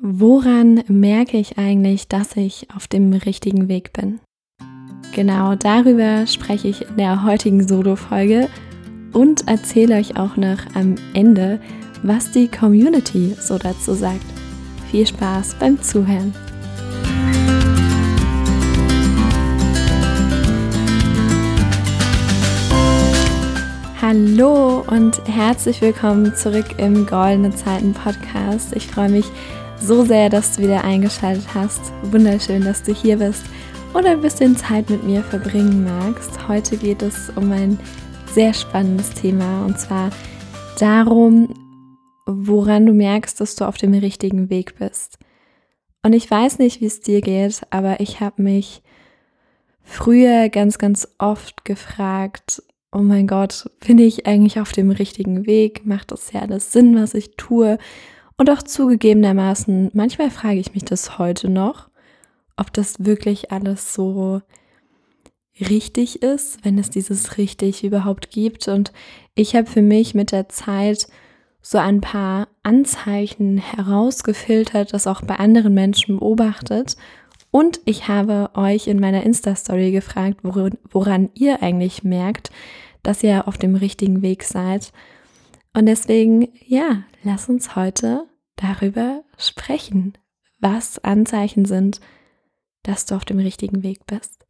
Woran merke ich eigentlich, dass ich auf dem richtigen Weg bin? Genau darüber spreche ich in der heutigen Solo-Folge und erzähle euch auch noch am Ende, was die Community so dazu sagt. Viel Spaß beim Zuhören! Hallo und herzlich willkommen zurück im Goldene Zeiten Podcast. Ich freue mich so sehr, dass du wieder eingeschaltet hast. Wunderschön, dass du hier bist oder ein bisschen Zeit mit mir verbringen magst. Heute geht es um ein sehr spannendes Thema und zwar darum, woran du merkst, dass du auf dem richtigen Weg bist. Und ich weiß nicht, wie es dir geht, aber ich habe mich früher ganz oft gefragt, oh mein Gott, bin ich eigentlich auf dem richtigen Weg? Macht das ja alles Sinn, was ich tue? Und auch zugegebenermaßen, manchmal frage ich mich das heute noch, ob das wirklich alles so richtig ist, wenn es dieses richtig überhaupt gibt. Und ich habe für mich mit der Zeit so ein paar Anzeichen herausgefiltert, das auch bei anderen Menschen beobachtet. Und ich habe euch in meiner Insta-Story gefragt, woran ihr eigentlich merkt, dass ihr auf dem richtigen Weg seid. Und deswegen, ja, lass uns heute darüber sprechen, was Anzeichen sind, dass du auf dem richtigen Weg bist.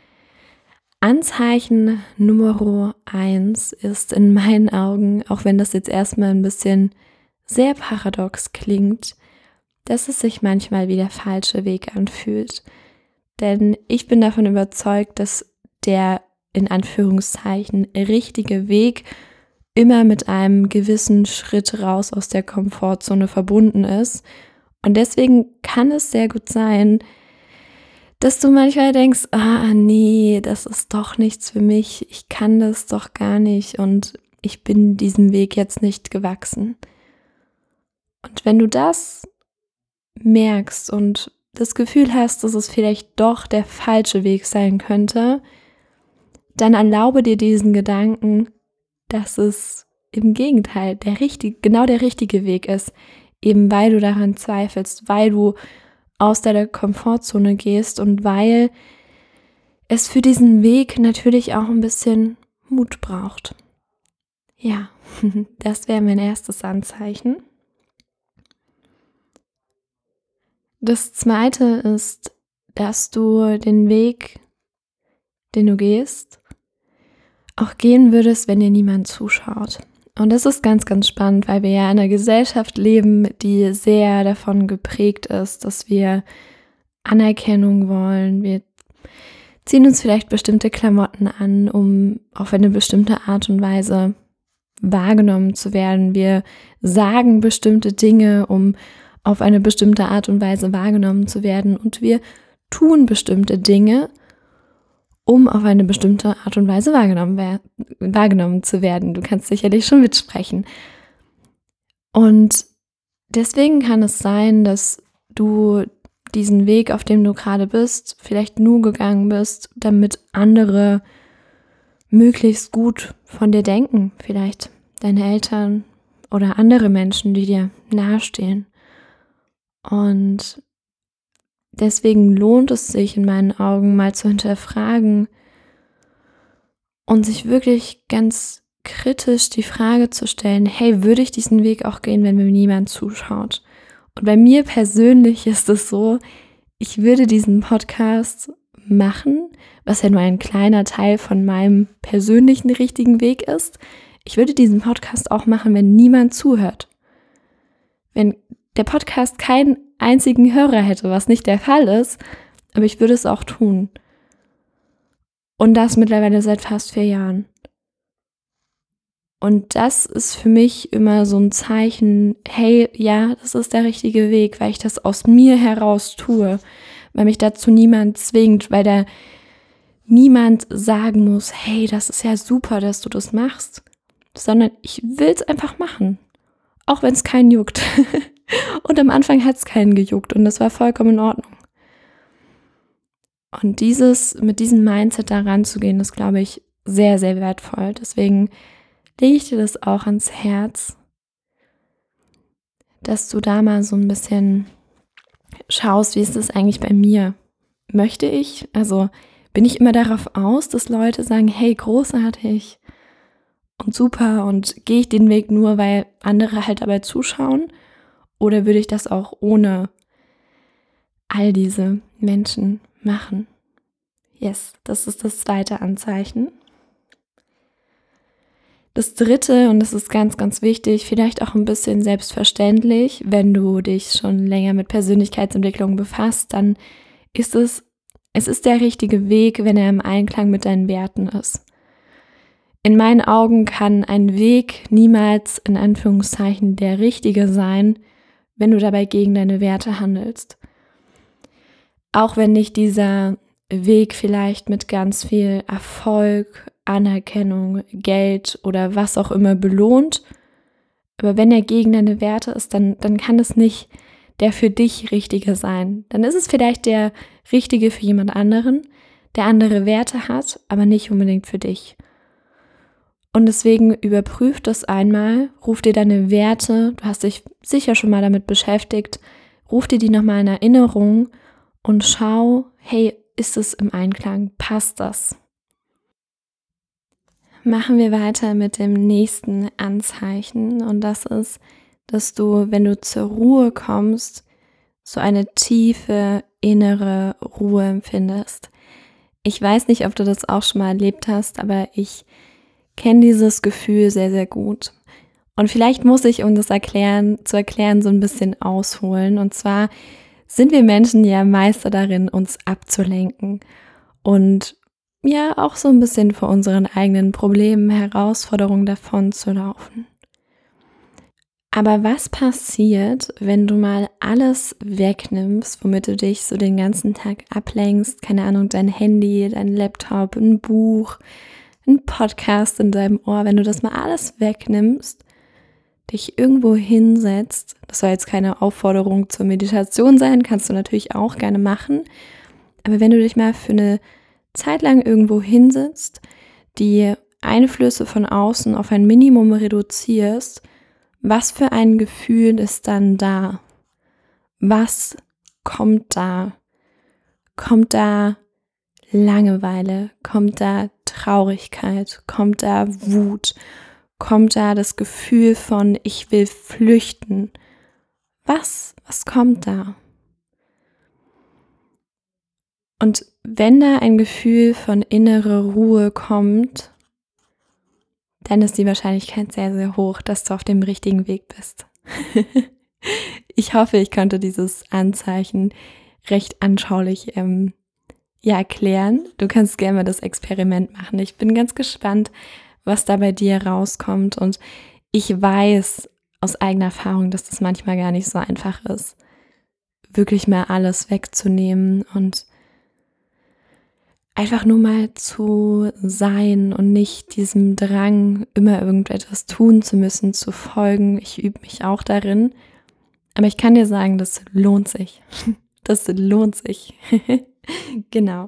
Anzeichen Nummer 1 ist in meinen Augen, auch wenn das jetzt erstmal ein bisschen sehr paradox klingt, dass es sich manchmal wie der falsche Weg anfühlt. Denn ich bin davon überzeugt, dass der in Anführungszeichen richtige Weg immer mit einem gewissen Schritt raus aus der Komfortzone verbunden ist. Und deswegen kann es sehr gut sein, dass du manchmal denkst, nee, das ist doch nichts für mich, ich kann das doch gar nicht und ich bin diesem Weg jetzt nicht gewachsen. Und wenn du das merkst und das Gefühl hast, dass es vielleicht doch der falsche Weg sein könnte, dann erlaube dir diesen Gedanken, dass es im Gegenteil genau der richtige Weg ist, eben weil du daran zweifelst, weil du aus deiner Komfortzone gehst und weil es für diesen Weg natürlich auch ein bisschen Mut braucht. Ja, das wäre mein erstes Anzeichen. Das zweite ist, dass du den Weg, den du gehst, auch gehen würdest, wenn dir niemand zuschaut. Und das ist ganz spannend, weil wir ja in einer Gesellschaft leben, die sehr davon geprägt ist, dass wir Anerkennung wollen. Wir ziehen uns vielleicht bestimmte Klamotten an, um auf eine bestimmte Art und Weise wahrgenommen zu werden. Wir sagen bestimmte Dinge, um auf eine bestimmte Art und Weise wahrgenommen zu werden. Und wir tun bestimmte Dinge, um auf eine bestimmte Art und Weise wahrgenommen zu werden. Du kannst sicherlich schon mitsprechen. Und deswegen kann es sein, dass du diesen Weg, auf dem du gerade bist, vielleicht nur gegangen bist, damit andere möglichst gut von dir denken. Vielleicht deine Eltern oder andere Menschen, die dir nahestehen. Und deswegen lohnt es sich in meinen Augen mal zu hinterfragen und sich wirklich ganz kritisch die Frage zu stellen, hey, würde ich diesen Weg auch gehen, wenn mir niemand zuschaut? Und bei mir persönlich ist es so, ich würde diesen Podcast machen, was ja nur ein kleiner Teil von meinem persönlichen richtigen Weg ist. Ich würde diesen Podcast auch machen, wenn niemand zuhört. Wenn der Podcast keinen einzigen Hörer hätte, was nicht der Fall ist, aber ich würde es auch tun. Und das mittlerweile seit fast 4 Jahren. Und das ist für mich immer so ein Zeichen, hey, ja, das ist der richtige Weg, weil ich das aus mir heraus tue, weil mich dazu niemand zwingt, weil da niemand sagen muss, hey, das ist ja super, dass du das machst, sondern ich will es einfach machen, auch wenn es keinen juckt. Und am Anfang hat es keinen gejuckt und das war vollkommen in Ordnung. Und mit diesem Mindset da ranzugehen, ist, glaube ich, sehr wertvoll. Deswegen lege ich dir das auch ans Herz, dass du da mal so ein bisschen schaust, wie ist das eigentlich bei mir? Möchte ich, also bin ich immer darauf aus, dass Leute sagen, hey, großartig und super, und gehe ich den Weg nur, weil andere halt dabei zuschauen? Oder würde ich das auch ohne all diese Menschen machen? Yes, das ist das zweite Anzeichen. Das dritte, und das ist ganz, ganz wichtig, vielleicht auch ein bisschen selbstverständlich, wenn du dich schon länger mit Persönlichkeitsentwicklung befasst, dann ist es ist der richtige Weg, wenn er im Einklang mit deinen Werten ist. In meinen Augen kann ein Weg niemals in Anführungszeichen der richtige sein, wenn du dabei gegen deine Werte handelst. Auch wenn dich dieser Weg vielleicht mit ganz viel Erfolg, Anerkennung, Geld oder was auch immer belohnt, aber wenn er gegen deine Werte ist, dann kann es nicht der für dich Richtige sein. Dann ist es vielleicht der Richtige für jemand anderen, der andere Werte hat, aber nicht unbedingt für dich. Und deswegen überprüf das einmal, ruf dir deine Werte, du hast dich sicher schon mal damit beschäftigt, ruf dir die nochmal in Erinnerung und schau, hey, ist es im Einklang? Passt das? Machen wir weiter mit dem nächsten Anzeichen, und das ist, dass du, wenn du zur Ruhe kommst, so eine tiefe innere Ruhe empfindest. Ich weiß nicht, ob du das auch schon mal erlebt hast, aber ich kenne dieses Gefühl sehr, sehr gut. Und vielleicht muss ich, um das zu erklären, so ein bisschen ausholen. Und zwar sind wir Menschen ja Meister darin, uns abzulenken und ja auch so ein bisschen vor unseren eigenen Problemen, Herausforderungen davon zu laufen. Aber was passiert, wenn du mal alles wegnimmst, womit du dich so den ganzen Tag ablenkst? Keine Ahnung, dein Handy, dein Laptop, ein Buch, ein Podcast in deinem Ohr. Wenn du das mal alles wegnimmst, dich irgendwo hinsetzt, das soll jetzt keine Aufforderung zur Meditation sein, kannst du natürlich auch gerne machen. Aber wenn du dich mal für eine Zeit lang irgendwo hinsetzt, die Einflüsse von außen auf ein Minimum reduzierst, was für ein Gefühl ist dann da? Was kommt da? Kommt da Langeweile? Kommt da Traurigkeit? Kommt da Wut? Kommt da das Gefühl von, ich will flüchten? Was kommt da? Und wenn da ein Gefühl von innere Ruhe kommt, dann ist die Wahrscheinlichkeit sehr, sehr hoch, dass du auf dem richtigen Weg bist. Ich hoffe, ich konnte dieses Anzeichen recht anschaulich erklären. Du kannst gerne mal das Experiment machen. Ich bin ganz gespannt, was da bei dir rauskommt. Und ich weiß aus eigener Erfahrung, dass das manchmal gar nicht so einfach ist, wirklich mal alles wegzunehmen und einfach nur mal zu sein und nicht diesem Drang, immer irgendetwas tun zu müssen, zu folgen. Ich übe mich auch darin. Aber ich kann dir sagen, das lohnt sich. Das lohnt sich. Genau.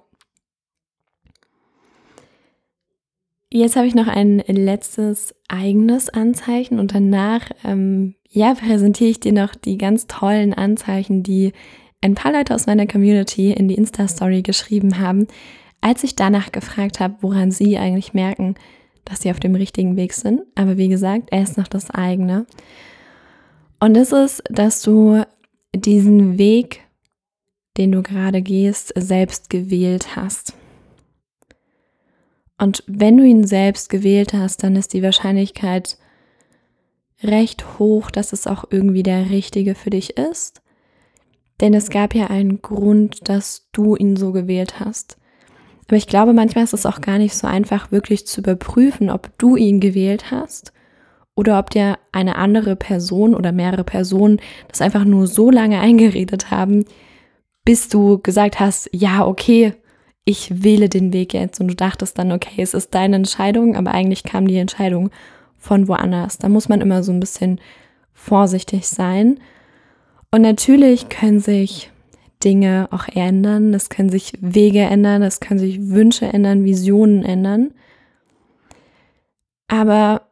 Jetzt habe ich noch ein letztes eigenes Anzeichen und danach präsentiere ich dir noch die ganz tollen Anzeichen, die ein paar Leute aus meiner Community in die Insta-Story geschrieben haben, als ich danach gefragt habe, woran sie eigentlich merken, dass sie auf dem richtigen Weg sind. Aber wie gesagt, erst noch das eigene. Und das ist, dass du diesen Weg, den du gerade gehst, selbst gewählt hast. Und wenn du ihn selbst gewählt hast, dann ist die Wahrscheinlichkeit recht hoch, dass es auch irgendwie der richtige für dich ist. Denn es gab ja einen Grund, dass du ihn so gewählt hast. Aber ich glaube, manchmal ist es auch gar nicht so einfach, wirklich zu überprüfen, ob du ihn gewählt hast oder ob dir eine andere Person oder mehrere Personen das einfach nur so lange eingeredet haben, bis du gesagt hast, ja, okay, ich wähle den Weg jetzt. Und du dachtest dann, okay, es ist deine Entscheidung, aber eigentlich kam die Entscheidung von woanders. Da muss man immer so ein bisschen vorsichtig sein. Und natürlich können sich Dinge auch ändern, es können sich Wege ändern, es können sich Wünsche ändern, Visionen ändern. Aber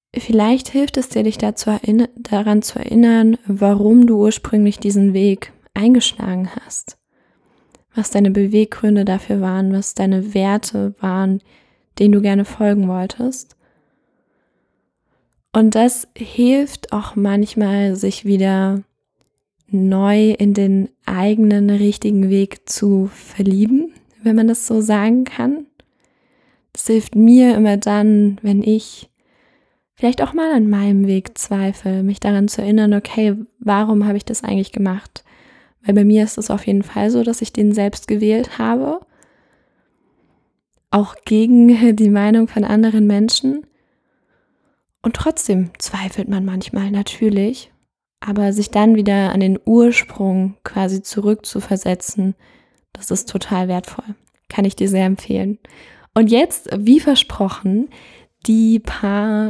vielleicht hilft es dir, dich daran zu erinnern, warum du ursprünglich diesen Weg eingeschlagen hast, was deine Beweggründe dafür waren, was deine Werte waren, denen du gerne folgen wolltest. Und das hilft auch manchmal, sich wieder neu in den eigenen richtigen Weg zu verlieben, wenn man das so sagen kann. Das hilft mir immer dann, wenn ich vielleicht auch mal an meinem Weg zweifle, mich daran zu erinnern, okay, warum habe ich das eigentlich gemacht? Weil bei mir ist es auf jeden Fall so, dass ich den selbst gewählt habe, auch gegen die Meinung von anderen Menschen. Und trotzdem zweifelt man manchmal natürlich, aber sich dann wieder an den Ursprung quasi zurückzuversetzen, das ist total wertvoll. Kann ich dir sehr empfehlen. Und jetzt, wie versprochen, die paar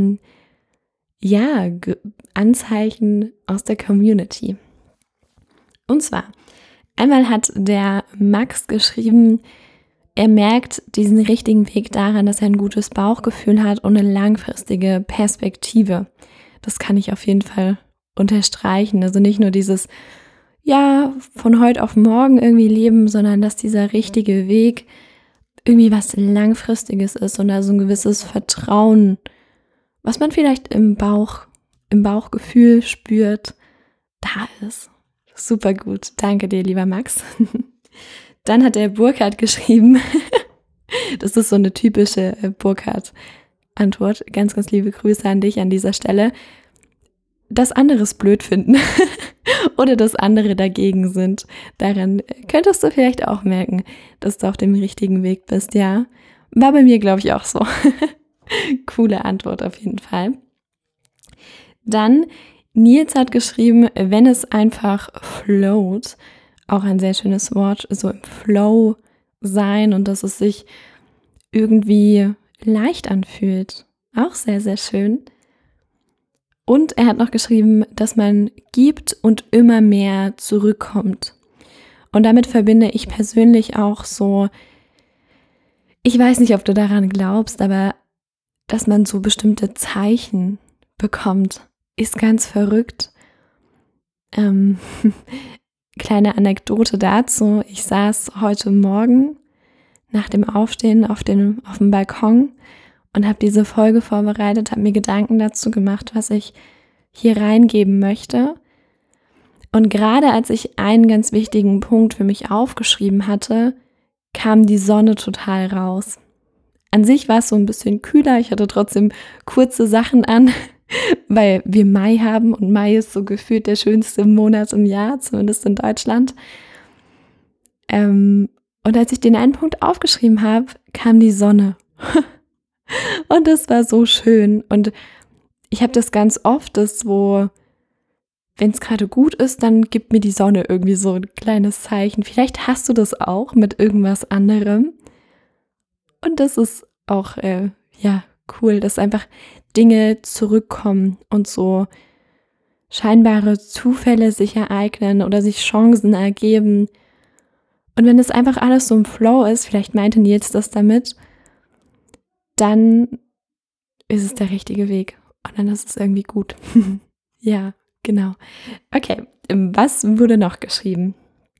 Anzeichen aus der Community. Und zwar, einmal hat der Max geschrieben, er merkt diesen richtigen Weg daran, dass er ein gutes Bauchgefühl hat und eine langfristige Perspektive. Das kann ich auf jeden Fall unterstreichen. Also nicht nur dieses, von heute auf morgen irgendwie leben, sondern dass dieser richtige Weg irgendwie was Langfristiges ist und da so ein gewisses Vertrauen, was man vielleicht im Bauchgefühl spürt, da ist. Super gut. Danke dir, lieber Max. Dann hat der Burkhard geschrieben, das ist so eine typische Burkhard-Antwort, ganz, ganz liebe Grüße an dich an dieser Stelle, dass andere es blöd finden oder dass andere dagegen sind. Daran könntest du vielleicht auch merken, dass du auf dem richtigen Weg bist, ja. War bei mir, glaube ich, auch so. Coole Antwort auf jeden Fall. Dann, Nils hat geschrieben, wenn es einfach float, auch ein sehr schönes Wort, so im Flow sein und dass es sich irgendwie leicht anfühlt. Auch sehr, sehr schön. Und er hat noch geschrieben, dass man gibt und immer mehr zurückkommt. Und damit verbinde ich persönlich auch so, ich weiß nicht, ob du daran glaubst, aber dass man so bestimmte Zeichen bekommt, ist ganz verrückt. Kleine Anekdote dazu, ich saß heute Morgen nach dem Aufstehen auf dem Balkon und habe diese Folge vorbereitet, habe mir Gedanken dazu gemacht, was ich hier reingeben möchte. Und gerade als ich einen ganz wichtigen Punkt für mich aufgeschrieben hatte, kam die Sonne total raus. An sich war es so ein bisschen kühler, ich hatte trotzdem kurze Sachen an, weil wir Mai haben und Mai ist so gefühlt der schönste Monat im Jahr, zumindest in Deutschland. Und als ich den einen Punkt aufgeschrieben habe, kam die Sonne. Und das war so schön. Und ich habe das ganz oft, wenn es gerade gut ist, dann gibt mir die Sonne irgendwie so ein kleines Zeichen. Vielleicht hast du das auch mit irgendwas anderem. Und das ist auch, cool, dass einfach Dinge zurückkommen und so scheinbare Zufälle sich ereignen oder sich Chancen ergeben. Und wenn das einfach alles so im Flow ist, vielleicht meinte Nils das damit, dann ist es der richtige Weg und dann ist es irgendwie gut. Ja, genau. Okay, was wurde noch geschrieben?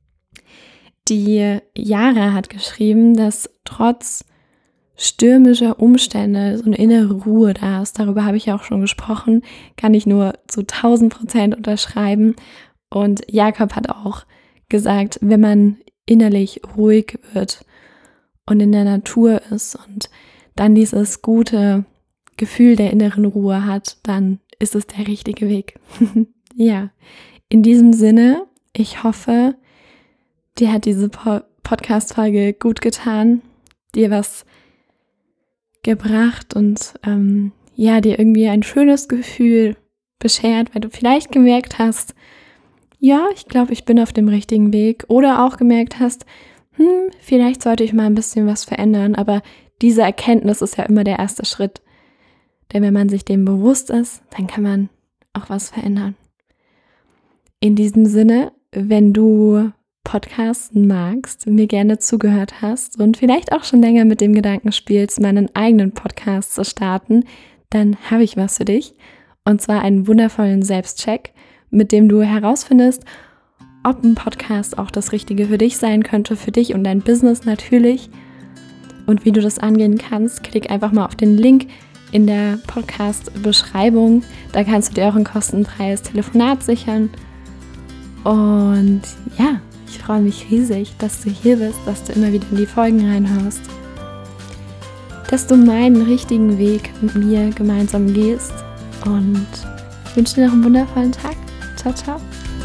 Die Jara hat geschrieben, dass trotz stürmischer Umstände so eine innere Ruhe da ist. Darüber habe ich ja auch schon gesprochen, kann ich nur zu 1000% unterschreiben. Und Jakob hat auch gesagt, wenn man innerlich ruhig wird und in der Natur ist und dann dieses gute Gefühl der inneren Ruhe hat, dann ist es der richtige Weg. Ja, in diesem Sinne, ich hoffe, dir hat diese Podcast-Folge gut getan, dir was gebracht und dir irgendwie ein schönes Gefühl beschert, weil du vielleicht gemerkt hast, ja, ich glaube, ich bin auf dem richtigen Weg oder auch gemerkt hast, vielleicht sollte ich mal ein bisschen was verändern, aber diese Erkenntnis ist ja immer der erste Schritt, denn wenn man sich dem bewusst ist, dann kann man auch was verändern. In diesem Sinne, wenn du Podcasten magst, mir gerne zugehört hast und vielleicht auch schon länger mit dem Gedanken spielst, meinen eigenen Podcast zu starten, dann habe ich was für dich. Und zwar einen wundervollen Selbstcheck, mit dem du herausfindest, ob ein Podcast auch das Richtige für dich sein könnte, für dich und dein Business natürlich. Und wie du das angehen kannst, klick einfach mal auf den Link in der Podcast-Beschreibung. Da kannst du dir auch ein kostenfreies Telefonat sichern. Und ja, ich freue mich riesig, dass du hier bist, dass du immer wieder in die Folgen reinhörst, dass du meinen richtigen Weg mit mir gemeinsam gehst. Und ich wünsche dir noch einen wundervollen Tag. Ciao, ciao.